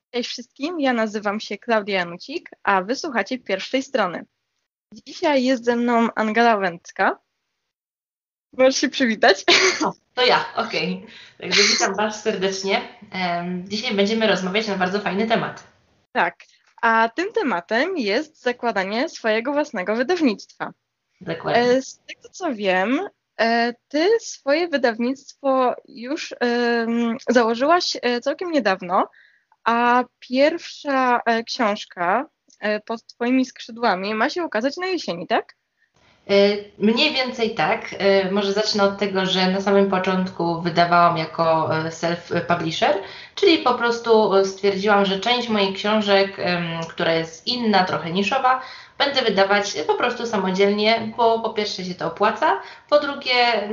Cześć wszystkim, ja nazywam się Klaudia Janucik, a wysłuchacie pierwszej strony. Dzisiaj jest ze mną Angela Węcka. Możesz się przywitać? O, to ja, okej. Także witam Was serdecznie. Dzisiaj będziemy rozmawiać na bardzo fajny temat. Tak, a tym tematem jest zakładanie swojego własnego wydawnictwa. Dokładnie. Z tego co wiem, ty swoje wydawnictwo już założyłaś całkiem niedawno, a pierwsza książka pod twoimi skrzydłami ma się ukazać na jesieni, tak? Mniej więcej tak. Może zacznę od tego, że na samym początku wydawałam jako self-publisher, czyli po prostu stwierdziłam, że część moich książek, która jest inna, trochę niszowa, będę wydawać po prostu samodzielnie, bo po pierwsze się to opłaca, po drugie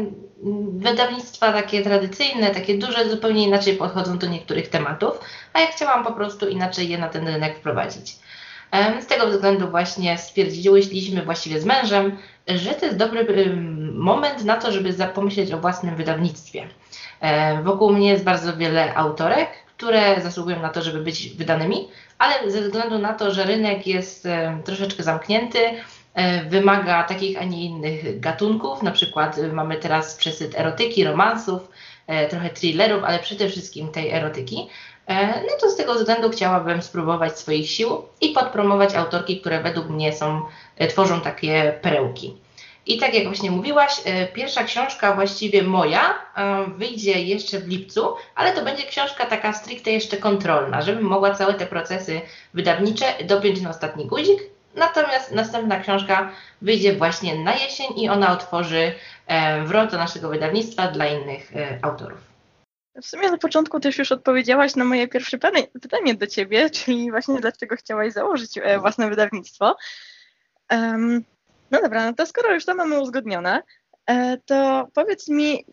wydawnictwa takie tradycyjne, takie duże, zupełnie inaczej podchodzą do niektórych tematów, a ja chciałam po prostu inaczej je na ten rynek wprowadzić. Z tego względu właśnie stwierdziłyśmy właściwie z mężem, że to jest dobry moment na to, żeby pomyśleć o własnym wydawnictwie. Wokół mnie jest bardzo wiele autorek, które zasługują na to, żeby być wydanymi, ale ze względu na to, że rynek jest troszeczkę zamknięty, wymaga takich, a nie innych gatunków, na przykład mamy teraz przesyt erotyki, romansów, trochę thrillerów, ale przede wszystkim tej erotyki, no to z tego względu chciałabym spróbować swoich sił i podpromować autorki, które według mnie tworzą takie perełki. I tak jak właśnie mówiłaś, pierwsza książka właściwie moja wyjdzie jeszcze w lipcu, ale to będzie książka taka stricte jeszcze kontrolna, żebym mogła całe te procesy wydawnicze dopiąć na ostatni guzik. Natomiast następna książka wyjdzie właśnie na jesień i ona otworzy wrota naszego wydawnictwa dla innych autorów. W sumie na początku też już odpowiedziałaś na moje pierwsze pytanie do ciebie, czyli właśnie dlaczego chciałaś założyć własne wydawnictwo. No dobra, no to skoro już to mamy uzgodnione, to powiedz mi,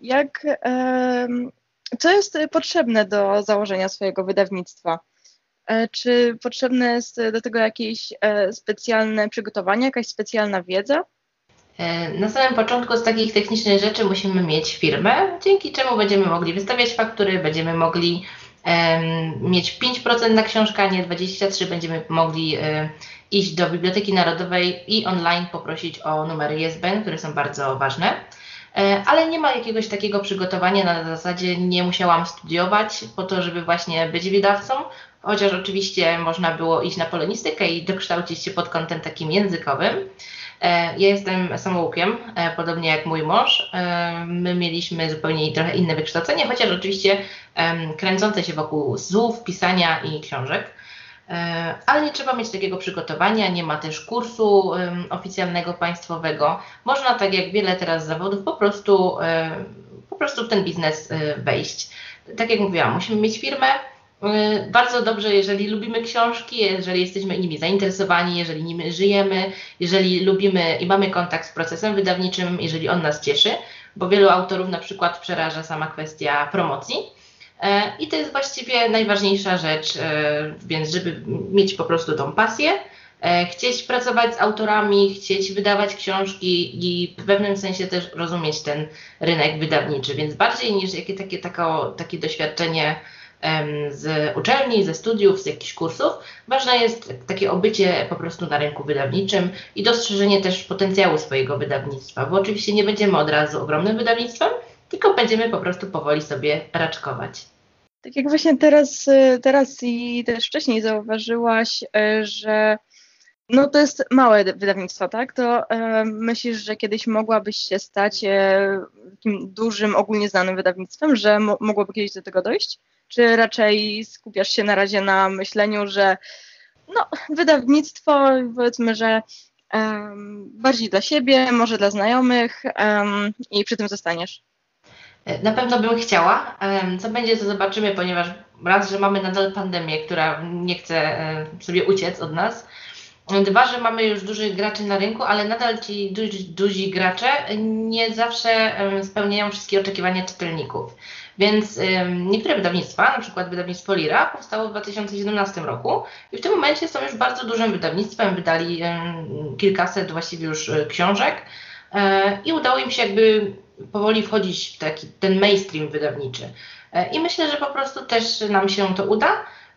co jest potrzebne do założenia swojego wydawnictwa? Czy potrzebne jest do tego jakieś specjalne przygotowanie, jakaś specjalna wiedza? Na samym początku z takich technicznych rzeczy musimy mieć firmę, dzięki czemu będziemy mogli wystawiać faktury, będziemy mogli mieć 5% na książkę, a nie 23%, będziemy mogli iść do Biblioteki Narodowej i online poprosić o numery ISBN, które są bardzo ważne. Ale nie ma jakiegoś takiego przygotowania na zasadzie nie musiałam studiować po to, żeby właśnie być wydawcą, chociaż oczywiście można było iść na polonistykę i dokształcić się pod kątem takim językowym. Ja jestem samoukiem, podobnie jak mój mąż. My mieliśmy zupełnie trochę inne wykształcenie, chociaż oczywiście kręcące się wokół słów, pisania i książek. Ale nie trzeba mieć takiego przygotowania, nie ma też kursu oficjalnego, państwowego. Można, tak jak wiele teraz zawodów, po prostu w ten biznes wejść. Tak jak mówiłam, musimy mieć firmę. Bardzo dobrze, jeżeli lubimy książki, jeżeli jesteśmy nimi zainteresowani, jeżeli nimi żyjemy, jeżeli lubimy i mamy kontakt z procesem wydawniczym, jeżeli on nas cieszy, bo wielu autorów na przykład przeraża sama kwestia promocji. I to jest właściwie najważniejsza rzecz, więc żeby mieć po prostu tą pasję, chcieć pracować z autorami, chcieć wydawać książki i w pewnym sensie też rozumieć ten rynek wydawniczy, więc bardziej niż takie doświadczenie z uczelni, ze studiów, z jakichś kursów. Ważne jest takie obycie po prostu na rynku wydawniczym i dostrzeżenie też potencjału swojego wydawnictwa, bo oczywiście nie będziemy od razu ogromnym wydawnictwem, tylko będziemy po prostu powoli sobie raczkować. Tak jak właśnie teraz i też wcześniej zauważyłaś, że no to jest małe wydawnictwo, tak? To myślisz, że kiedyś mogłabyś się stać takim dużym, ogólnie znanym wydawnictwem, że mogłoby kiedyś do tego dojść? Czy raczej skupiasz się na razie na myśleniu, że no, wydawnictwo, powiedzmy, że bardziej dla siebie, może dla znajomych i przy tym zostaniesz? Na pewno bym chciała. Co będzie, to zobaczymy, ponieważ raz, że mamy nadal pandemię, która nie chce sobie uciec od nas. Dwa, że mamy już dużych graczy na rynku, ale nadal ci duzi gracze nie zawsze spełniają wszystkie oczekiwania czytelników. Więc niektóre wydawnictwa, na przykład wydawnictwo Lira, powstało w 2017 roku i w tym momencie są już bardzo dużym wydawnictwem, wydali kilkaset właściwie już książek i udało im się jakby powoli wchodzić w ten mainstream wydawniczy. I myślę, że po prostu też nam się to uda.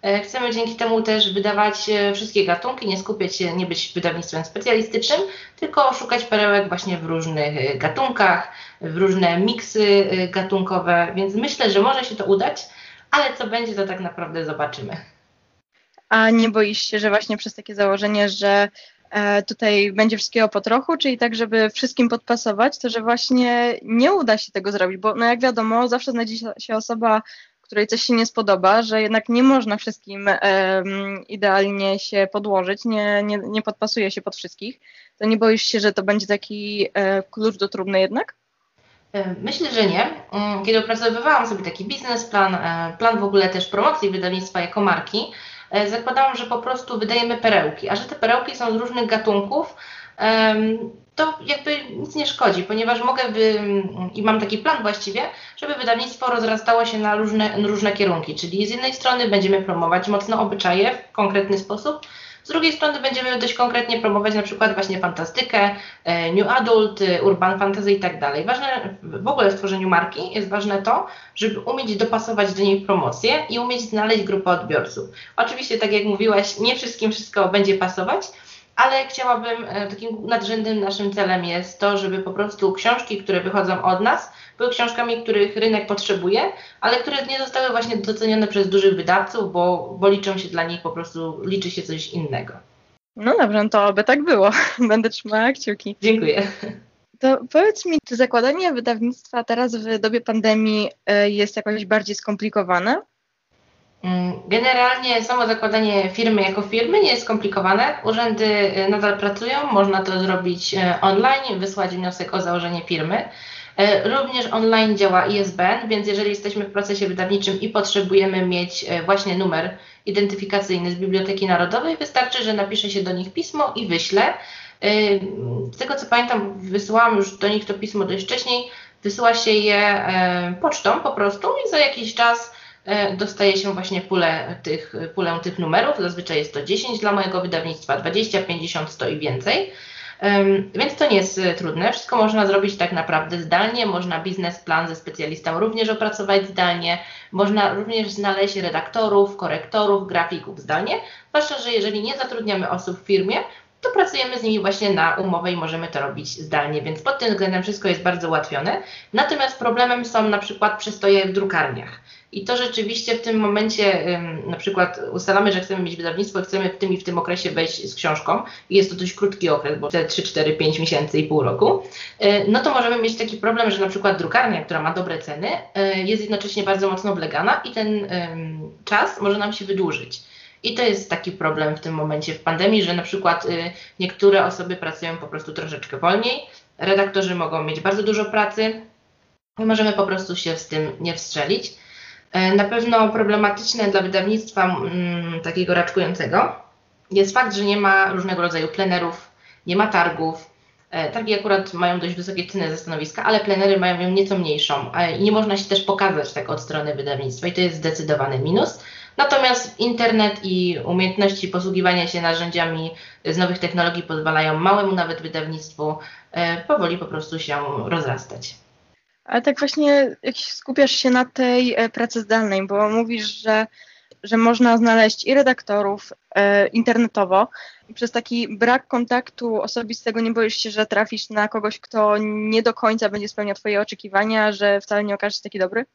Chcemy dzięki temu też wydawać wszystkie gatunki, nie skupiać się, nie być wydawnictwem specjalistycznym, tylko szukać perełek właśnie w różnych gatunkach, w różne miksy gatunkowe, więc myślę, że może się to udać, ale co będzie, to tak naprawdę zobaczymy. A nie boisz się, że właśnie przez takie założenie, że tutaj będzie wszystkiego po trochu, czyli tak, żeby wszystkim podpasować, to że właśnie nie uda się tego zrobić, bo no jak wiadomo, zawsze znajdzie się osoba, której coś się nie spodoba, że jednak nie można wszystkim idealnie się podłożyć, nie podpasuje się pod wszystkich. To nie boisz się, że to będzie taki klucz do trumny jednak? Myślę, że nie. Kiedy opracowywałam sobie taki biznesplan, plan w ogóle też promocji wydawnictwa jako marki, zakładałam, że po prostu wydajemy perełki, a że te perełki są z różnych gatunków, to jakby nic nie szkodzi, ponieważ mogę i mam taki plan właściwie, żeby wydawnictwo rozrastało się na różne kierunki, czyli z jednej strony będziemy promować mocno obyczaje w konkretny sposób, z drugiej strony będziemy dość konkretnie promować na przykład właśnie fantastykę, new adult, urban fantasy i tak dalej. Ważne w ogóle w tworzeniu marki jest ważne to, żeby umieć dopasować do niej promocję i umieć znaleźć grupę odbiorców. Oczywiście, tak jak mówiłaś, nie wszystkim wszystko będzie pasować, ale chciałabym, takim nadrzędnym naszym celem jest to, żeby po prostu książki, które wychodzą od nas, były książkami, których rynek potrzebuje, ale które nie zostały właśnie docenione przez dużych wydawców, bo liczą się dla nich po prostu, liczy się coś innego. No dobrze, no to oby tak było. Będę trzymała kciuki. Dziękuję. To powiedz mi, czy zakładanie wydawnictwa teraz w dobie pandemii jest jakoś bardziej skomplikowane? Generalnie samo zakładanie firmy jako firmy nie jest skomplikowane. Urzędy nadal pracują, można to zrobić online, wysłać wniosek o założenie firmy. Również online działa ISBN, więc jeżeli jesteśmy w procesie wydawniczym i potrzebujemy mieć właśnie numer identyfikacyjny z Biblioteki Narodowej, wystarczy, że napisze się do nich pismo i wyślę. Z tego co pamiętam, wysyłałam już do nich to pismo dość wcześniej, wysyła się je pocztą po prostu i za jakiś czas dostaje się właśnie pulę tych numerów. Zazwyczaj jest to 10 dla mojego wydawnictwa, 20, 50, 100 i więcej. Więc to nie jest trudne. Wszystko można zrobić tak naprawdę zdalnie. Można biznesplan ze specjalistą również opracować zdalnie. Można również znaleźć redaktorów, korektorów, grafików zdalnie. Zwłaszcza, że jeżeli nie zatrudniamy osób w firmie, to pracujemy z nimi właśnie na umowę i możemy to robić zdalnie, więc pod tym względem wszystko jest bardzo ułatwione. Natomiast problemem są na przykład przystoje w drukarniach. I to rzeczywiście w tym momencie na przykład ustalamy, że chcemy mieć wydawnictwo i chcemy w tym okresie wejść z książką i jest to dość krótki okres, bo te 3, 4, 5 miesięcy i pół roku, no to możemy mieć taki problem, że na przykład drukarnia, która ma dobre ceny, jest jednocześnie bardzo mocno oblegana i ten czas może nam się wydłużyć. I to jest taki problem w tym momencie w pandemii, że na przykład niektóre osoby pracują po prostu troszeczkę wolniej, redaktorzy mogą mieć bardzo dużo pracy i możemy po prostu się z tym nie wstrzelić. Na pewno problematyczne dla wydawnictwa takiego raczkującego jest fakt, że nie ma różnego rodzaju plenerów, nie ma targów. Targi akurat mają dość wysokie ceny ze stanowiska, ale plenery mają ją nieco mniejszą i nie można się też pokazać tak od strony wydawnictwa i to jest zdecydowany minus. Natomiast internet i umiejętności posługiwania się narzędziami z nowych technologii pozwalają małemu nawet wydawnictwu powoli po prostu się rozrastać. Ale tak właśnie jak skupiasz się na tej pracy zdalnej, bo mówisz, że można znaleźć i redaktorów internetowo. I przez taki brak kontaktu osobistego nie boisz się, że trafisz na kogoś, kto nie do końca będzie spełniał Twoje oczekiwania, że wcale nie okaże się taki dobry?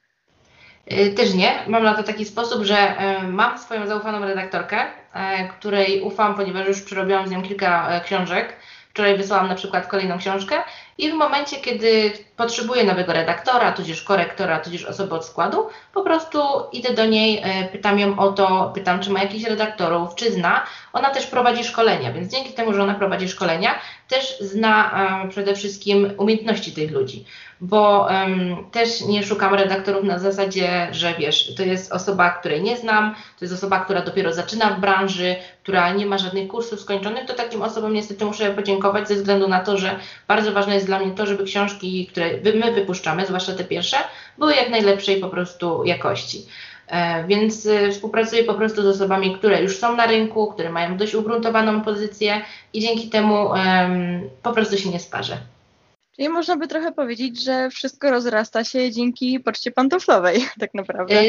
Też nie. Mam na to taki sposób, że mam swoją zaufaną redaktorkę, której ufam, ponieważ już przerobiłam z nią kilka książek. Wczoraj wysłałam na przykład kolejną książkę i w momencie, kiedy potrzebuję nowego redaktora, tudzież korektora, tudzież osoby od składu, po prostu idę do niej, pytam ją o to, pytam, czy ma jakichś redaktorów, czy zna. Ona też prowadzi szkolenia, więc dzięki temu, że ona prowadzi szkolenia, też zna przede wszystkim umiejętności tych ludzi. Bo też nie szukam redaktorów na zasadzie, że wiesz, to jest osoba, której nie znam, to jest osoba, która dopiero zaczyna w branży, która nie ma żadnych kursów skończonych, to takim osobom niestety muszę podziękować ze względu na to, że bardzo ważne jest dla mnie to, żeby książki, które my wypuszczamy, zwłaszcza te pierwsze, były jak najlepszej po prostu jakości. Więc współpracuję po prostu z osobami, które już są na rynku, które mają dość ugruntowaną pozycję i dzięki temu po prostu się nie sparzę. Czyli można by trochę powiedzieć, że wszystko rozrasta się dzięki poczcie pantoflowej, tak naprawdę.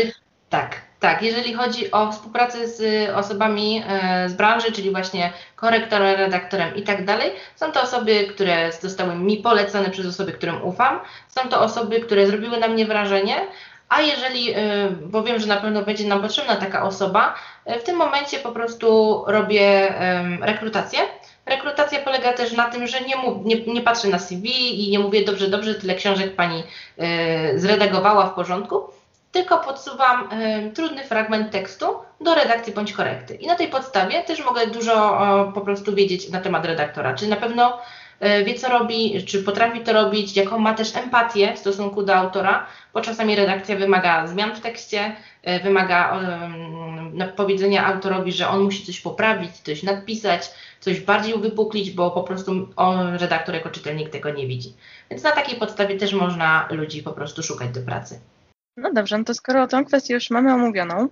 Tak, tak. Jeżeli chodzi o współpracę z osobami z branży, czyli właśnie korektorem, redaktorem i tak dalej, są to osoby, które zostały mi polecone przez osoby, którym ufam. Są to osoby, które zrobiły na mnie wrażenie, a jeżeli, bo wiem, że na pewno będzie nam potrzebna taka osoba, w tym momencie po prostu robię rekrutację. Rekrutacja polega też na tym, że nie patrzę na CV i nie mówię dobrze, dobrze, tyle książek pani zredagowała w porządku, tylko podsuwam trudny fragment tekstu do redakcji bądź korekty. I na tej podstawie też mogę dużo po prostu wiedzieć na temat redaktora. Czy na pewno wie, co robi, czy potrafi to robić, jaką ma też empatię w stosunku do autora, bo czasami redakcja wymaga zmian w tekście, wymaga powiedzenia autorowi, że on musi coś poprawić, coś nadpisać, coś bardziej uwypuklić, bo po prostu redaktor jako czytelnik tego nie widzi. Więc na takiej podstawie też można ludzi po prostu szukać do pracy. No dobrze, no to skoro tą kwestię już mamy omówioną,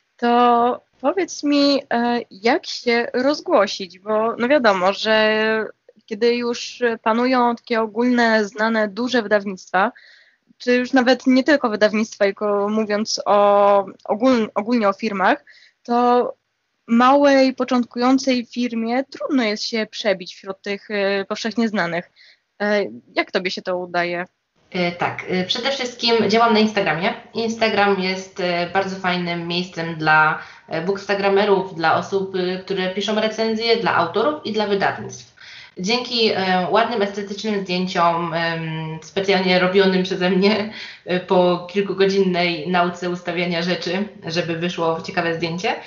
to powiedz mi, jak się rozgłosić, bo no wiadomo, że kiedy już panują takie ogólne, znane, duże wydawnictwa, czy już nawet nie tylko wydawnictwa, tylko mówiąc ogólnie o firmach, to małej, początkującej firmie trudno jest się przebić wśród tych powszechnie znanych. Jak tobie się to udaje? Tak, przede wszystkim działam na Instagramie. Instagram jest bardzo fajnym miejscem dla bookstagramerów, dla osób, które piszą recenzje, dla autorów i dla wydawnictw. Dzięki ładnym, estetycznym zdjęciom, specjalnie robionym przeze mnie po kilkugodzinnej nauce ustawiania rzeczy, żeby wyszło ciekawe zdjęcie,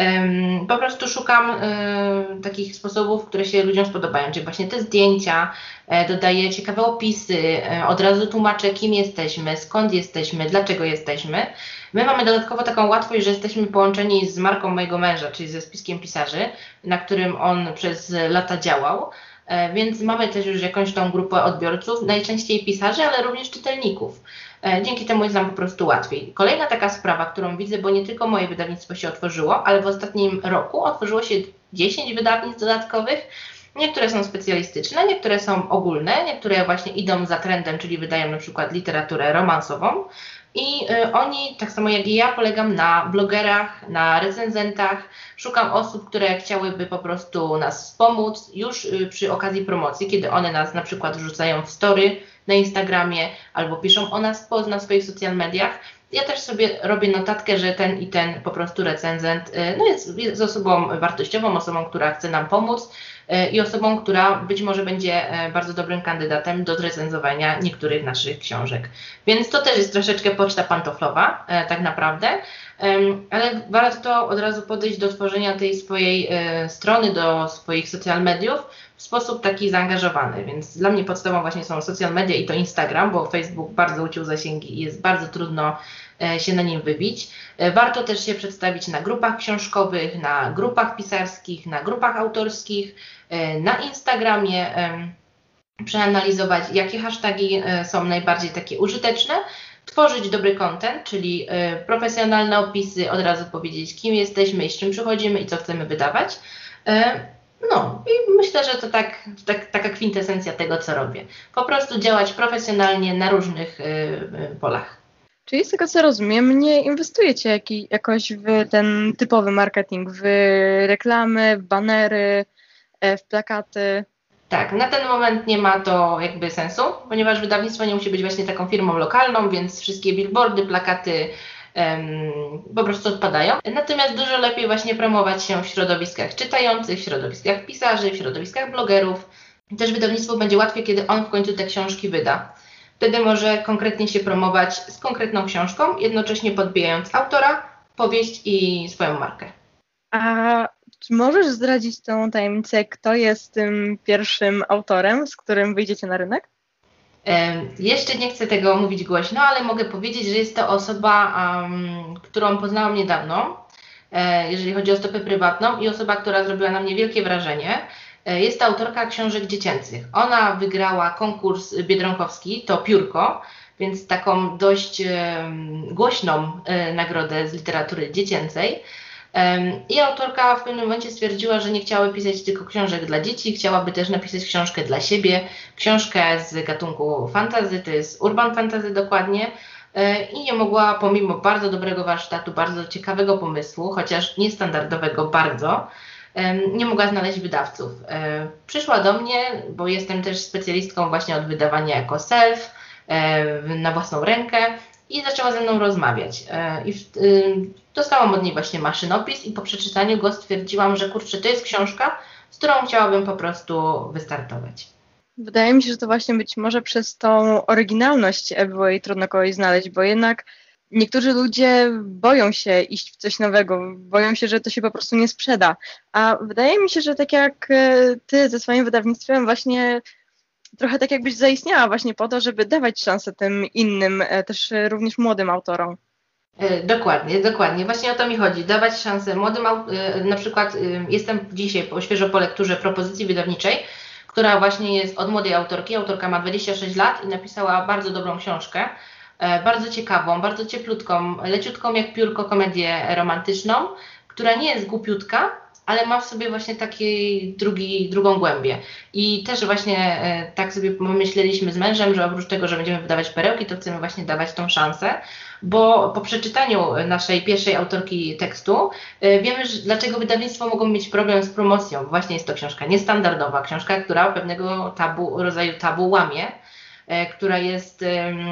po prostu szukam takich sposobów, które się ludziom spodobają, czyli właśnie te zdjęcia, dodaję ciekawe opisy, od razu tłumaczę, kim jesteśmy, skąd jesteśmy, dlaczego jesteśmy. My mamy dodatkowo taką łatwość, że jesteśmy połączeni z marką mojego męża, czyli ze spiskiem pisarzy, na którym on przez lata działał. Więc mamy też już jakąś tą grupę odbiorców, najczęściej pisarzy, ale również czytelników. Dzięki temu jest nam po prostu łatwiej. Kolejna taka sprawa, którą widzę, bo nie tylko moje wydawnictwo się otworzyło, ale w ostatnim roku otworzyło się 10 wydawnictw dodatkowych. Niektóre są specjalistyczne, niektóre są ogólne, niektóre właśnie idą za trendem, czyli wydają na przykład literaturę romansową. I oni, tak samo jak i ja, polegam na blogerach, na recenzentach, szukam osób, które chciałyby po prostu nas wspomóc już przy okazji promocji, kiedy one nas na przykład wrzucają w story na Instagramie albo piszą o nas post na swoich social mediach. Ja też sobie robię notatkę, że ten i ten po prostu recenzent jest osobą wartościową, osobą, która chce nam pomóc i osobą, która być może będzie bardzo dobrym kandydatem do zrecenzowania niektórych naszych książek. Więc to też jest troszeczkę poczta pantoflowa tak naprawdę, ale warto od razu podejść do tworzenia tej swojej strony, do swoich social mediów w sposób taki zaangażowany, więc dla mnie podstawą właśnie są social media i to Instagram, bo Facebook bardzo uciął zasięgi i jest bardzo trudno się na nim wybić. Warto też się przedstawić na grupach książkowych, na grupach pisarskich, na grupach autorskich, na Instagramie, przeanalizować, jakie hasztagi są najbardziej takie użyteczne, tworzyć dobry content, czyli profesjonalne opisy, od razu powiedzieć, kim jesteśmy i z czym przychodzimy i co chcemy wydawać. No i myślę, że to taka kwintesencja tego, co robię. Po prostu działać profesjonalnie na różnych polach. Czyli z tego co rozumiem, nie inwestujecie jakoś w ten typowy marketing, w reklamy, w banery, w plakaty? Tak, na ten moment nie ma to jakby sensu, ponieważ wydawnictwo nie musi być właśnie taką firmą lokalną, więc wszystkie billboardy, plakaty po prostu odpadają. Natomiast dużo lepiej właśnie promować się w środowiskach czytających, w środowiskach pisarzy, w środowiskach blogerów. Też wydawnictwu będzie łatwiej, kiedy on w końcu te książki wyda. Wtedy może konkretnie się promować z konkretną książką, jednocześnie podbijając autora, powieść i swoją markę. A czy możesz zdradzić tą tajemnicę, kto jest tym pierwszym autorem, z którym wyjdziecie na rynek? Jeszcze nie chcę tego mówić głośno, ale mogę powiedzieć, że jest to osoba, którą poznałam niedawno, jeżeli chodzi o stopę prywatną i osoba, która zrobiła na mnie wielkie wrażenie. Jest to autorka książek dziecięcych. Ona wygrała konkurs biedronkowski, to Piórko, więc taką dość głośną nagrodę z literatury dziecięcej. I autorka w pewnym momencie stwierdziła, że nie chciałaby pisać tylko książek dla dzieci, chciałaby też napisać książkę dla siebie, książkę z gatunku fantasy, to jest urban fantasy dokładnie. i nie mogła, pomimo bardzo dobrego warsztatu, bardzo ciekawego pomysłu, chociaż niestandardowego bardzo, nie mogła znaleźć wydawców. Przyszła do mnie, bo jestem też specjalistką właśnie od wydawania jako self, na własną rękę i zaczęła ze mną rozmawiać. Dostałam od niej właśnie maszynopis i po przeczytaniu go stwierdziłam, że kurczę, to jest książka, z którą chciałabym po prostu wystartować. Wydaje mi się, że to właśnie być może przez tą oryginalność było jej trudno kogoś znaleźć, bo jednak niektórzy ludzie boją się iść w coś nowego, boją się, że to się po prostu nie sprzeda. A wydaje mi się, że tak jak ty ze swoim wydawnictwem właśnie trochę tak jakbyś zaistniała właśnie po to, żeby dawać szansę tym innym, też również młodym autorom. Dokładnie. Właśnie o to mi chodzi. Dawać szansę młodym, na przykład jestem dzisiaj świeżo po lekturze propozycji wydawniczej, która właśnie jest od młodej autorki. Autorka ma 26 lat i napisała bardzo dobrą książkę, bardzo ciekawą, bardzo cieplutką, leciutką jak piórko komedię romantyczną, która nie jest głupiutka, ale ma w sobie właśnie takiej drugą głębię. I też właśnie tak sobie myśleliśmy z mężem, że oprócz tego, że będziemy wydawać perełki, to chcemy właśnie dawać tą szansę, bo po przeczytaniu naszej pierwszej autorki tekstu wiemy, że dlaczego wydawnictwo mogą mieć problem z promocją. Właśnie jest to książka niestandardowa, książka, która pewnego rodzaju tabu łamie, która jest...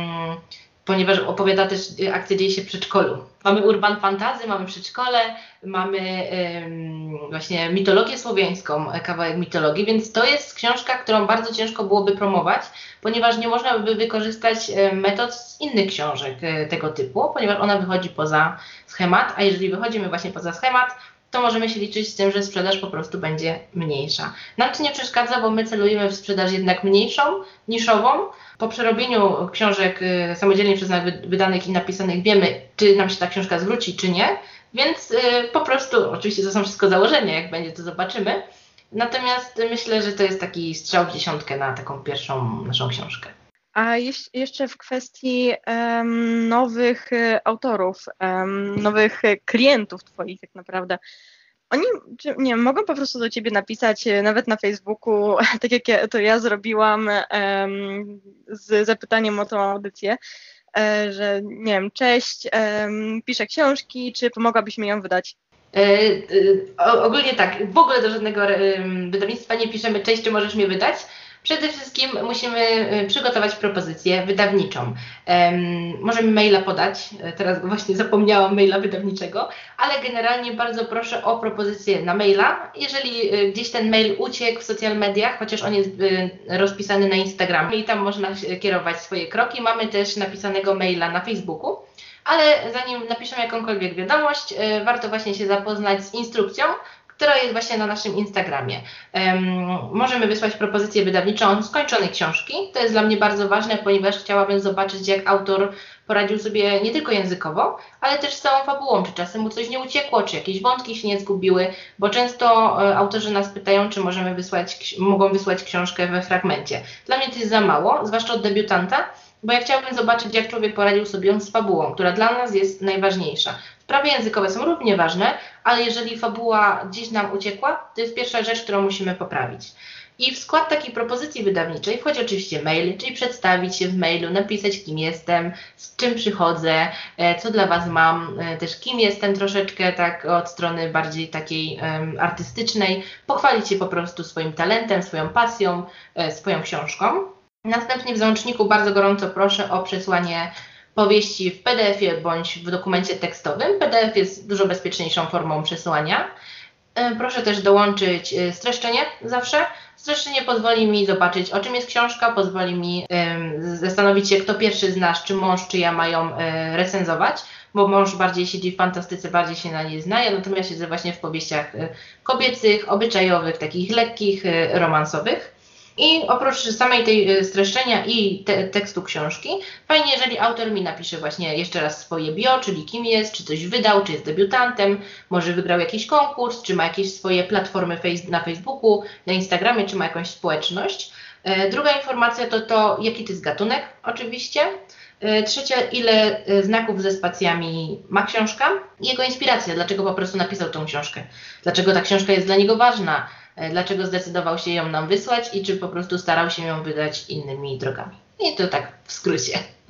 ponieważ opowiada też, akcja dzieje się w przedszkolu. Mamy urban fantasy, mamy przedszkole, mamy właśnie mitologię słowiańską, kawałek mitologii, więc to jest książka, którą bardzo ciężko byłoby promować, ponieważ nie można by wykorzystać metod z innych książek tego typu, ponieważ ona wychodzi poza schemat, a jeżeli wychodzimy właśnie poza schemat, to możemy się liczyć z tym, że sprzedaż po prostu będzie mniejsza. Nam to nie przeszkadza, bo my celujemy w sprzedaż jednak mniejszą, niszową. Po przerobieniu książek samodzielnie przez nas wydanych i napisanych wiemy, czy nam się ta książka zwróci, czy nie, więc po prostu, oczywiście to są wszystko założenia, jak będzie, to zobaczymy. Natomiast myślę, że to jest taki strzał w dziesiątkę na taką pierwszą naszą książkę. A jeszcze w kwestii nowych autorów, nowych klientów twoich tak naprawdę, oni, nie wiem, mogą po prostu do ciebie napisać nawet na Facebooku, tak jak ja zrobiłam z zapytaniem o tą audycję, że nie wiem, cześć, piszę książki, czy pomogłabyś mi ją wydać? Ogólnie tak, w ogóle do żadnego wydawnictwa nie piszemy cześć, czy możesz mnie wydać. Przede wszystkim musimy przygotować propozycję wydawniczą. Możemy maila podać, teraz właśnie zapomniałam maila wydawniczego, ale generalnie bardzo proszę o propozycję na maila. Jeżeli gdzieś ten mail uciekł w social mediach, chociaż on jest rozpisany na Instagramie i tam można kierować swoje kroki, mamy też napisanego maila na Facebooku. Ale zanim napiszemy jakąkolwiek wiadomość, warto właśnie się zapoznać z instrukcją, która jest właśnie na naszym Instagramie. Możemy wysłać propozycję wydawniczą skończonej książki. To jest dla mnie bardzo ważne, ponieważ chciałabym zobaczyć, jak autor poradził sobie nie tylko językowo, ale też z całą fabułą, czy czasem mu coś nie uciekło, czy jakieś wątki się nie zgubiły, bo często autorzy nas pytają, czy mogą wysłać książkę we fragmencie. Dla mnie to jest za mało, zwłaszcza od debiutanta, bo ja chciałabym zobaczyć, jak człowiek poradził sobie z fabułą, która dla nas jest najważniejsza. Sprawy językowe są równie ważne, ale jeżeli fabuła gdzieś nam uciekła, to jest pierwsza rzecz, którą musimy poprawić. I w skład takiej propozycji wydawniczej wchodzi oczywiście mail, czyli przedstawić się w mailu, napisać, kim jestem, z czym przychodzę, co dla Was mam, też kim jestem troszeczkę tak od strony bardziej takiej artystycznej, pochwalić się po prostu swoim talentem, swoją pasją, swoją książką. Następnie w załączniku bardzo gorąco proszę o przesłanie powieści w PDF-ie bądź w dokumencie tekstowym. PDF jest dużo bezpieczniejszą formą przesłania. Proszę też dołączyć streszczenie zawsze. Streszczenie pozwoli mi zobaczyć, o czym jest książka, pozwoli mi zastanowić się, kto pierwszy z nas, czy mąż, czy ja mają recenzować, bo mąż bardziej siedzi w fantastyce, bardziej się na niej zna, natomiast siedzę właśnie w powieściach kobiecych, obyczajowych, takich lekkich, romansowych. I oprócz samej tej streszczenia i tekstu książki, fajnie, jeżeli autor mi napisze właśnie jeszcze raz swoje bio, czyli kim jest, czy coś wydał, czy jest debiutantem, może wygrał jakiś konkurs, czy ma jakieś swoje platformy na Facebooku, na Instagramie, czy ma jakąś społeczność. Druga informacja to jaki to jest gatunek oczywiście. Trzecia, ile znaków ze spacjami ma książka i jego inspiracja, dlaczego po prostu napisał tą książkę, dlaczego ta książka jest dla niego ważna, dlaczego zdecydował się ją nam wysłać i czy po prostu starał się ją wydać innymi drogami. I to tak w skrócie.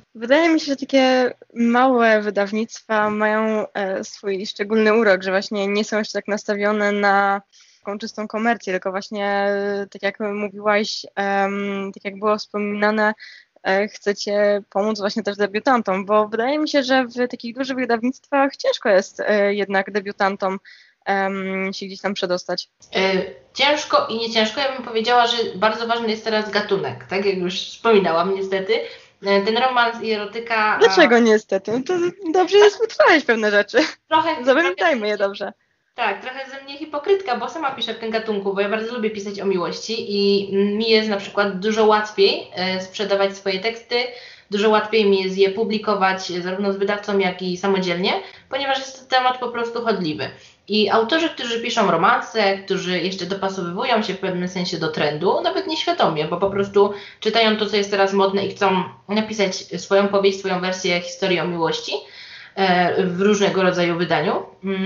Wydaje mi się, że takie małe wydawnictwa mają swój szczególny urok, że właśnie nie są jeszcze tak nastawione na taką czystą komercję, tylko właśnie, tak jak mówiłaś, tak jak było wspominane, chcecie pomóc właśnie też debiutantom, bo wydaje mi się, że w takich dużych wydawnictwach ciężko jest jednak debiutantom się gdzieś tam przedostać. Ciężko i nie ciężko. Ja bym powiedziała, że bardzo ważny jest teraz gatunek, tak jak już wspominałam niestety. Ten romans i erotyka... Dlaczego niestety? To dobrze jest wytrwałeś pewne rzeczy. Zapamiętajmy je dobrze. Tak, trochę ze mnie hipokrytka, bo sama piszę w tym gatunku, bo ja bardzo lubię pisać o miłości i mi jest na przykład dużo łatwiej sprzedawać swoje teksty, dużo łatwiej mi jest je publikować zarówno z wydawcą, jak i samodzielnie, ponieważ jest to temat po prostu chodliwy. I autorzy, którzy piszą romanse, którzy jeszcze dopasowywują się w pewnym sensie do trendu, nawet nieświadomie, bo po prostu czytają to, co jest teraz modne i chcą napisać swoją powieść, swoją wersję historii o miłości w różnego rodzaju wydaniu,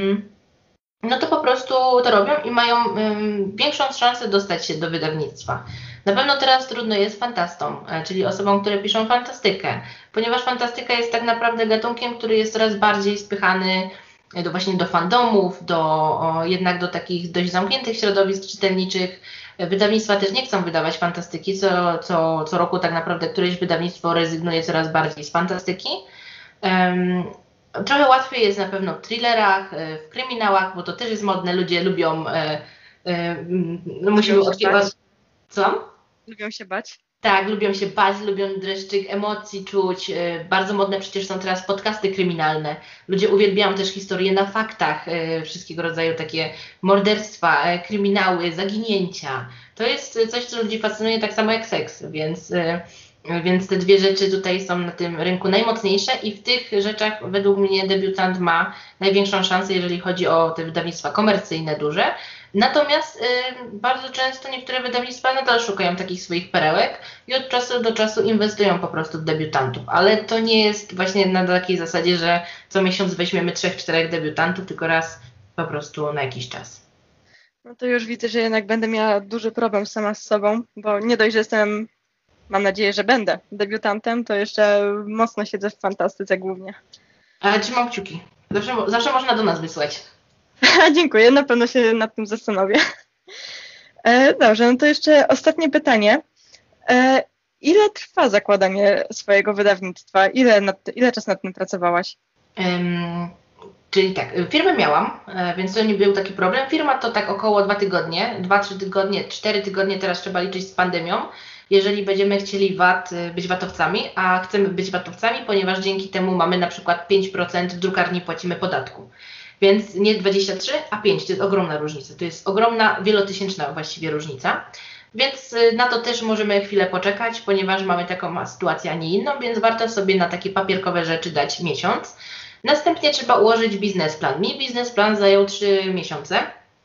no to po prostu to robią i mają większą szansę dostać się do wydawnictwa. Na pewno teraz trudno jest fantastom, czyli osobom, które piszą fantastykę, ponieważ fantastyka jest tak naprawdę gatunkiem, który jest coraz bardziej spychany właśnie do fandomów, jednak do takich dość zamkniętych środowisk czytelniczych. Wydawnictwa też nie chcą wydawać fantastyki, co roku tak naprawdę któreś wydawnictwo rezygnuje coraz bardziej z fantastyki. Trochę łatwiej jest na pewno w thrillerach, w kryminałach, bo to też jest modne, ludzie lubią, musimy odkrywać. Co? Lubią się bać? Tak, lubią się bać, lubią dreszczyk emocji czuć. Bardzo modne przecież są teraz podcasty kryminalne. Ludzie uwielbiają też historie na faktach, wszystkiego rodzaju takie morderstwa, kryminały, zaginięcia. To jest coś, co ludzi fascynuje tak samo jak seks, więc te dwie rzeczy tutaj są na tym rynku najmocniejsze i w tych rzeczach według mnie debiutant ma największą szansę, jeżeli chodzi o te wydawnictwa komercyjne duże. Natomiast bardzo często niektóre wydawnictwa nadal szukają takich swoich perełek i od czasu do czasu inwestują po prostu w debiutantów, ale to nie jest właśnie na takiej zasadzie, że co miesiąc weźmiemy 3-4 debiutantów, tylko raz po prostu na jakiś czas. No to już widzę, że jednak będę miała duży problem sama z sobą, bo nie dość, że jestem, mam nadzieję, że będę debiutantem, to jeszcze mocno siedzę w fantastyce głównie. Ale trzymam kciuki. Zawsze można do nas wysłać. Dziękuję, na pewno się nad tym zastanowię. Dobrze, no to jeszcze ostatnie pytanie. Ile trwa zakładanie swojego wydawnictwa? Ile czasu nad tym pracowałaś? Czyli tak, firmę miałam, więc to nie był taki problem. Firma to tak około 2 tygodnie, 2-3 tygodnie, 4 tygodnie teraz trzeba liczyć z pandemią, jeżeli będziemy chcieli być VAT-owcami, a chcemy być VAT-owcami, ponieważ dzięki temu mamy na przykład 5% w drukarni płacimy podatku. Więc nie 23, a 5, to jest ogromna różnica. To jest ogromna, wielotysięczna właściwie różnica. Więc na to też możemy chwilę poczekać, ponieważ mamy taką sytuację, a nie inną, więc warto sobie na takie papierkowe rzeczy dać miesiąc. Następnie trzeba ułożyć biznesplan. Mi biznesplan zajął 3 miesiące,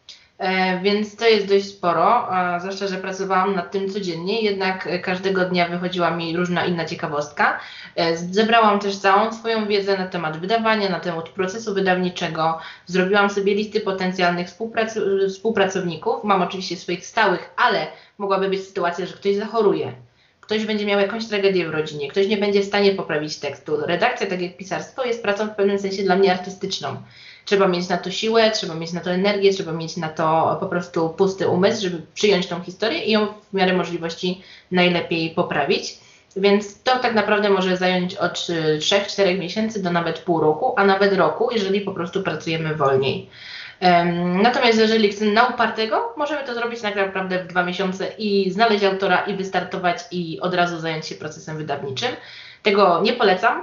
więc to jest dość sporo, zwłaszcza, że pracowałam nad tym codziennie, jednak każdego dnia wychodziła mi różna inna ciekawostka. Zebrałam też całą swoją wiedzę na temat wydawania, na temat procesu wydawniczego, zrobiłam sobie listy potencjalnych współpracowników, mam oczywiście swoich stałych, ale mogłaby być sytuacja, że ktoś zachoruje. Ktoś będzie miał jakąś tragedię w rodzinie, ktoś nie będzie w stanie poprawić tekstu. Redakcja, tak jak pisarstwo, jest pracą w pewnym sensie dla mnie artystyczną. Trzeba mieć na to siłę, trzeba mieć na to energię, trzeba mieć na to po prostu pusty umysł, żeby przyjąć tą historię i ją w miarę możliwości najlepiej poprawić. Więc to tak naprawdę może zająć od 3-4 miesięcy do nawet pół roku, a nawet roku, jeżeli po prostu pracujemy wolniej. Natomiast jeżeli chcemy na upartego, możemy to zrobić tak naprawdę w 2 miesiące i znaleźć autora i wystartować i od razu zająć się procesem wydawniczym. Tego nie polecam,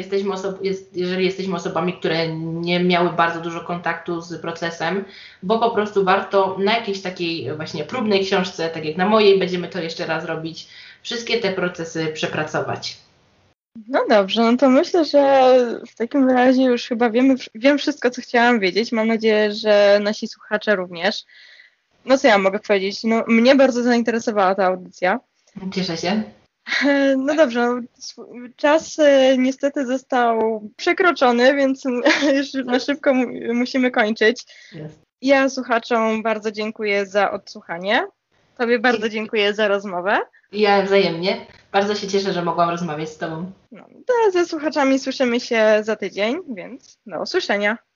jeżeli jesteśmy osobami, które nie miały bardzo dużo kontaktu z procesem, bo po prostu warto na jakiejś takiej właśnie próbnej książce, tak jak na mojej, będziemy to jeszcze raz robić, wszystkie te procesy przepracować. No dobrze, no to myślę, że w takim razie już chyba wiem wszystko, co chciałam wiedzieć. Mam nadzieję, że nasi słuchacze również. No co ja mogę powiedzieć? No, mnie bardzo zainteresowała ta audycja. Cieszę się. No dobrze, czas niestety został przekroczony, więc już na szybko musimy kończyć. Ja słuchaczom bardzo dziękuję za odsłuchanie. Tobie bardzo dziękuję za rozmowę. Ja wzajemnie. Bardzo się cieszę, że mogłam rozmawiać z Tobą. No, ze słuchaczami słyszymy się za tydzień, więc do usłyszenia.